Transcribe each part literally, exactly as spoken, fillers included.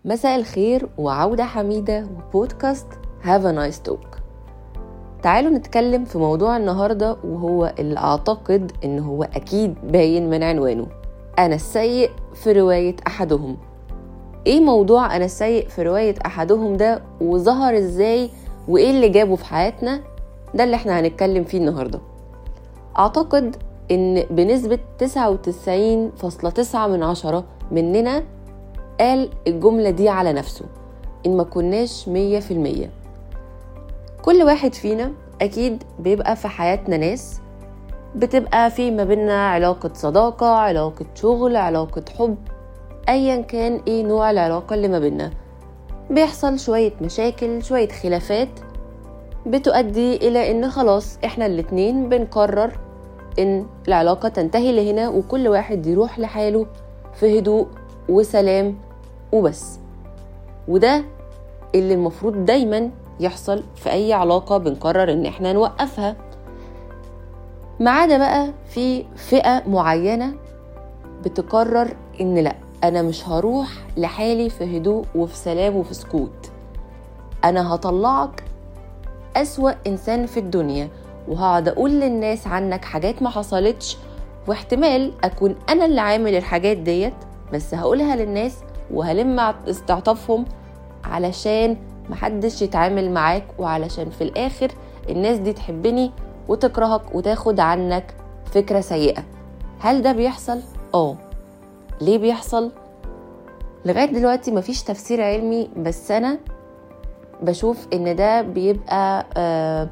مساء الخير وعودة حميدة وبودكاست Have a nice talk. تعالوا نتكلم في موضوع النهاردة، وهو اللي أعتقد إنه هو أكيد باين من عنوانه، أنا السيء في رواية أحدهم. إيه موضوع أنا السيء في رواية أحدهم ده، وظهر إزاي، وإيه اللي جابه في حياتنا؟ ده اللي إحنا هنتكلم فيه النهاردة. أعتقد إن بنسبة تسعة وتسعين فاصلة تسعة من عشرة مننا قال الجملة دي على نفسه، إن ما كناش مية في المية. كل واحد فينا أكيد بيبقى في حياتنا ناس بتبقى في ما بيننا علاقة صداقة، علاقة شغل، علاقة حب، أيا كان إيه نوع العلاقة اللي ما بيننا. بيحصل شوية مشاكل، شوية خلافات بتؤدي إلى إن خلاص إحنا الاتنين بنقرر إن العلاقة تنتهي لهنا، وكل واحد يروح لحاله في هدوء وسلام وبس. وده اللي المفروض دايما يحصل في أي علاقة بنقرر إن إحنا نوقفها. ما عدا بقى في فئة معينة بتقرر إن لأ، أنا مش هروح لحالي في هدوء وفي سلام وفي سكوت، أنا هطلعك أسوأ إنسان في الدنيا، وهقعد أقول للناس عنك حاجات ما حصلتش، واحتمال أكون أنا اللي عامل الحاجات ديت، بس هقولها للناس وهلم استعطافهم علشان محدش يتعامل معاك، وعلشان في الآخر الناس دي تحبني وتكرهك وتاخد عنك فكرة سيئة. هل ده بيحصل؟ آه. ليه بيحصل؟ لغاية دلوقتي مفيش تفسير علمي، بس أنا بشوف إن ده بيبقى آه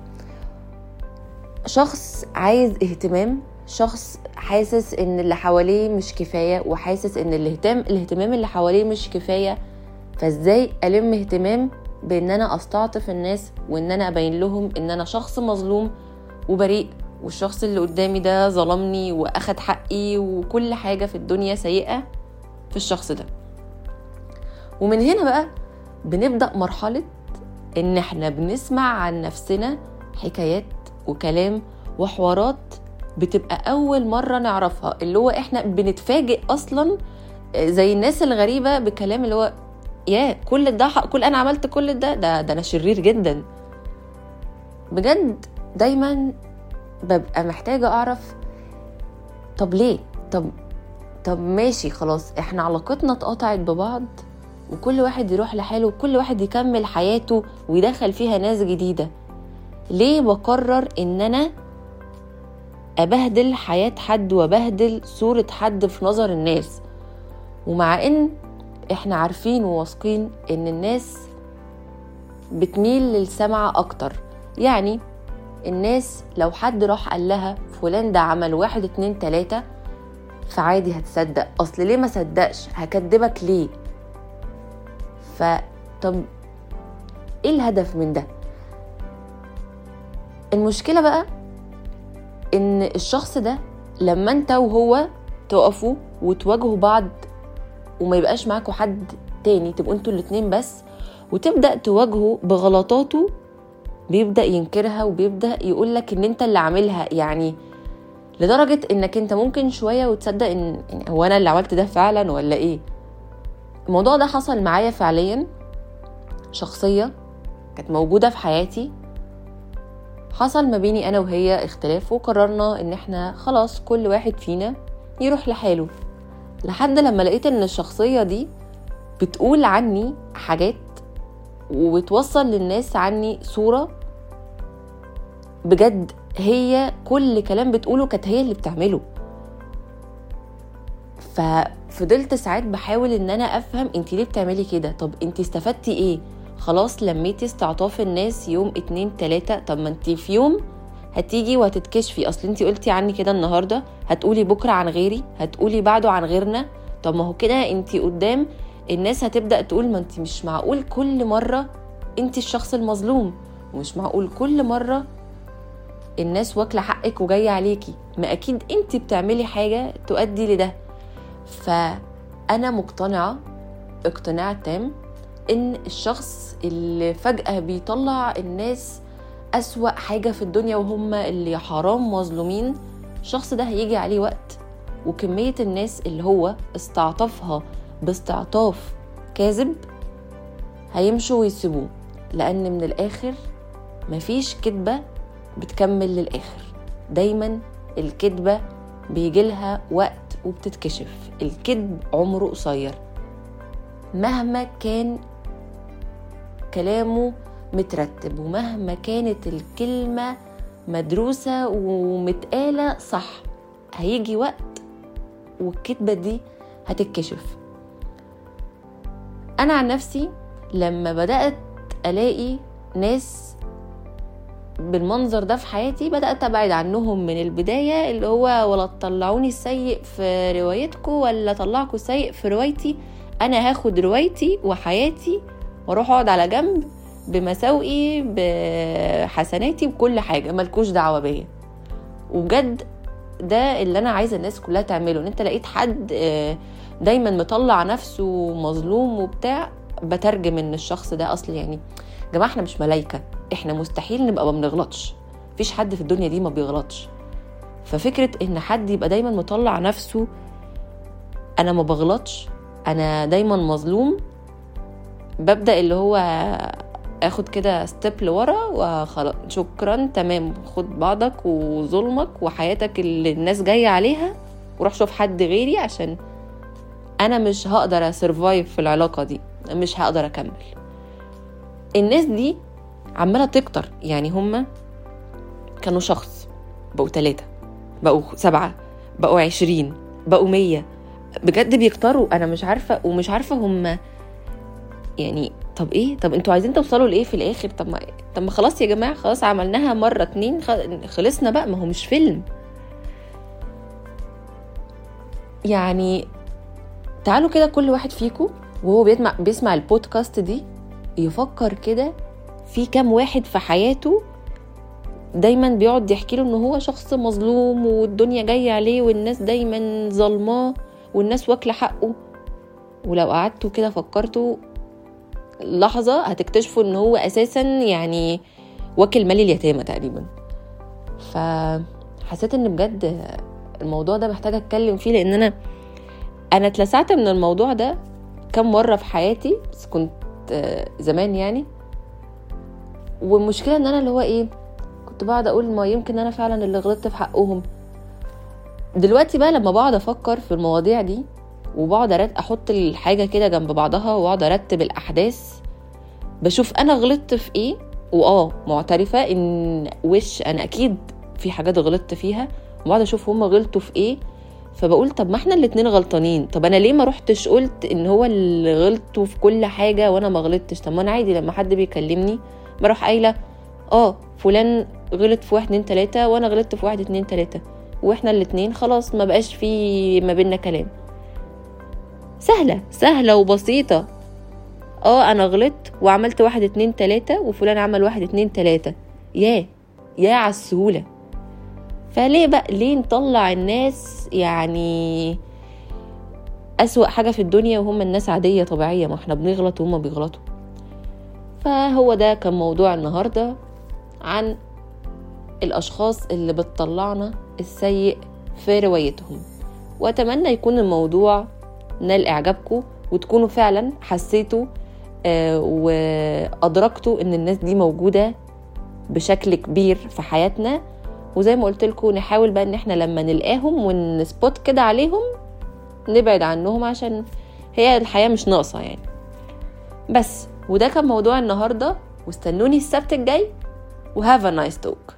شخص عايز اهتمام، شخص حاسس ان اللي حواليه مش كفاية، وحاسس ان الاهتمام الاهتمام اللي حواليه مش كفاية، فازاي ألم اهتمام بان انا استعطف الناس، وان انا ابين لهم ان انا شخص مظلوم وبريء، والشخص اللي قدامي ده ظلمني واخد حقي، وكل حاجة في الدنيا سيئة في الشخص ده. ومن هنا بقى بنبدأ مرحلة ان احنا بنسمع عن نفسنا حكايات وكلام وحوارات بتبقى أول مرة نعرفها، اللي هو إحنا بنتفاجئ أصلا زي الناس الغريبة بكلام اللي هو يا كل ده كل أنا عملت كل ده ده, ده أنا شرير جدا بجد. دايما ببقى محتاجة أعرف طب ليه؟ طب طب ماشي خلاص، إحنا علاقتنا اتقطعت ببعض، وكل واحد يروح لحاله، وكل واحد يكمل حياته ويدخل فيها ناس جديدة. ليه بقرر إن أنا أبهدل حياة حد وبهدل صورة حد في نظر الناس؟ ومع إن إحنا عارفين وواثقين إن الناس بتميل للسمع أكتر، يعني الناس لو حد راح قال لها فلان ده عمل واحد اتنين تلاتة، فعادي هتصدق. أصل ليه ما صدقش؟ هكدبك ليه؟ فطب إيه الهدف من ده؟ المشكلة بقى ان الشخص ده لما انت وهو تقفوا وتواجهوا بعض، وما يبقاش معاكوا حد تاني، تبقوا انتوا الاتنين بس، وتبدأ تواجهوا بغلطاته، بيبدأ ينكرها وبيبدأ يقولك ان انت اللي عاملها، يعني لدرجة انك انت ممكن شوية وتصدق ان هو انا اللي عملت ده فعلا ولا ايه. الموضوع ده حصل معايا فعليا، شخصية كانت موجودة في حياتي، حصل ما بيني أنا وهي اختلاف، وقررنا إن إحنا خلاص كل واحد فينا يروح لحاله، لحد لما لقيت إن الشخصية دي بتقول عني حاجات وبتوصل للناس عني صورة بجد هي كل كلام بتقوله كانت هي اللي بتعمله. ففضلت ساعات بحاول إن أنا أفهم أنتي ليه بتعملي كده، طب أنتي استفدتي إيه؟ خلاص لميتي استعطاف الناس يوم اتنين تلاتة، طب ما انتي في يوم هتيجي وهتتكشفي، اصل انتي قلتي عني كده النهاردة، هتقولي بكرة عن غيري، هتقولي بعده عن غيرنا. طب ما هو كده انتي قدام الناس هتبدأ تقول ما انتي مش معقول كل مرة انتي الشخص المظلوم، ومش معقول كل مرة الناس واكلة حقك وجاية عليكي، ما اكيد انتي بتعملي حاجة تؤدي لده. فانا مقتنعة اقتناع تام ان الشخص اللي فجأة بيطلع الناس أسوأ حاجة في الدنيا وهم اللي حرام مظلومين، الشخص ده هيجي عليه وقت وكمية الناس اللي هو استعطفها باستعطاف كاذب هيمشوا ويسيبوه، لأن من الآخر مفيش كدبة بتكمل للآخر. دايما الكدبة بيجيلها وقت وبتتكشف. الكدب عمره قصير مهما كان كلامه مترتب، ومهما كانت الكلمة مدروسة ومتقالة صح، هيجي وقت والكدبة دي هتتكشف. أنا عن نفسي لما بدأت ألاقي ناس بالمنظر ده في حياتي بدأت أبعد عنهم من البداية، اللي هو ولا تطلعوني السيء في روايتكم ولا طلعكم السيء في روايتي، أنا هاخد روايتي وحياتي واروح اقعد على جنب بمساوئي بحسناتي بكل حاجة، ملكوش دعوة بيا. وبجد ده اللي أنا عايزة الناس كلها تعمله. ان انت لقيت حد دايما مطلع نفسه مظلوم وبتاع، بترجم ان الشخص ده اصل يعني جماعة احنا مش ملايكة، احنا مستحيل نبقى ما بنغلطش، فيش حد في الدنيا دي ما بيغلطش. ففكرة ان حد يبقى دايما مطلع نفسه انا ما بغلطش، انا دايما مظلوم، ببدأ اللي هو اخد كده ستيب لورا وخلاص، شكرا تمام، خد بعضك وظلمك وحياتك اللي الناس جاية عليها وروح شوف حد غيري، عشان انا مش هقدر اسرفايف في العلاقة دي، مش هقدر اكمل. الناس دي عمالة تكتر، يعني هما كانوا شخص بقوا ثلاثة، بقوا سبعة، بقوا عشرين، بقوا مية، بجد بيكتروا. انا مش عارفة ومش عارفة هما يعني طب ايه، طب انتوا عايزين توصلوا لايه في الاخر؟ طب ما طب ما خلاص يا جماعة، خلاص عملناها مرة اتنين خلصنا بقى، ما هو مش فيلم. يعني تعالوا كده كل واحد فيكم وهو بيسمع, بيسمع البودكاست دي يفكر كده في كام واحد في حياته دايما بيقعد يحكي له انه هو شخص مظلوم والدنيا جاية عليه والناس دايما ظلماه والناس واكلة حقه. ولو قعدتوا كده فكرتوا لحظة هتكتشفوا ان هو اساسا يعني واكل مال اليتامى تقريبا. فحسيت ان بجد الموضوع ده محتاجة اتكلم فيه، لان انا انا اتلسعت من الموضوع ده كم مرة في حياتي، بس كنت زمان يعني. والمشكلة ان انا اللي هو ايه، كنت بقعد اقول ما يمكن انا فعلا اللي غلطت في حقهم. دلوقتي بقى لما بقعد افكر في المواضيع دي وبقعد احط الحاجة كده جنب بعضها وبقعد ارتب الاحداث، بشوف انا غلطت في ايه، واه معترفة ان وش انا اكيد في حاجات غلطت فيها، وبقعد اشوف هم غلطوا في ايه. فبقول طب ما احنا الاتنين غلطانين، طب انا ليه ما روحتش قلت ان هو اللي غلطوا في كل حاجة وانا ما غلطتش؟ طب ما انا عادي لما حد بيكلمني بروح قايلة اه فلان غلط في واحد اتنين تلاتة وانا غلطت في واحد اتنين تلاتة، واحنا الاتنين خلاص ما بقاش في ما بيننا كلام. سهلة سهلة وبسيطة. اه انا غلطت وعملت واحد اتنين تلاتة وفلان عمل واحد اتنين تلاتة، ياه يا على السهولة. فليه بقى ليه نطلع الناس يعني أسوأ حاجة في الدنيا وهم الناس عادية طبيعية؟ ما احنا بنغلط وهم بيغلطوا. فهو ده كان موضوع النهاردة عن الأشخاص اللي بتطلعنا السيء في روايتهم. وأتمنى يكون الموضوع نال إعجابكم وتكونوا فعلا حسيتوا آه وأدركتوا إن الناس دي موجودة بشكل كبير في حياتنا. وزي ما قلت لكم نحاول بقى ان احنا لما نلقاهم ونسبوت كده عليهم نبعد عنهم، عشان هي الحياة مش ناقصة يعني. بس وده كان موضوع النهاردة، واستنوني السبت الجاي وهاف ا نايس توك.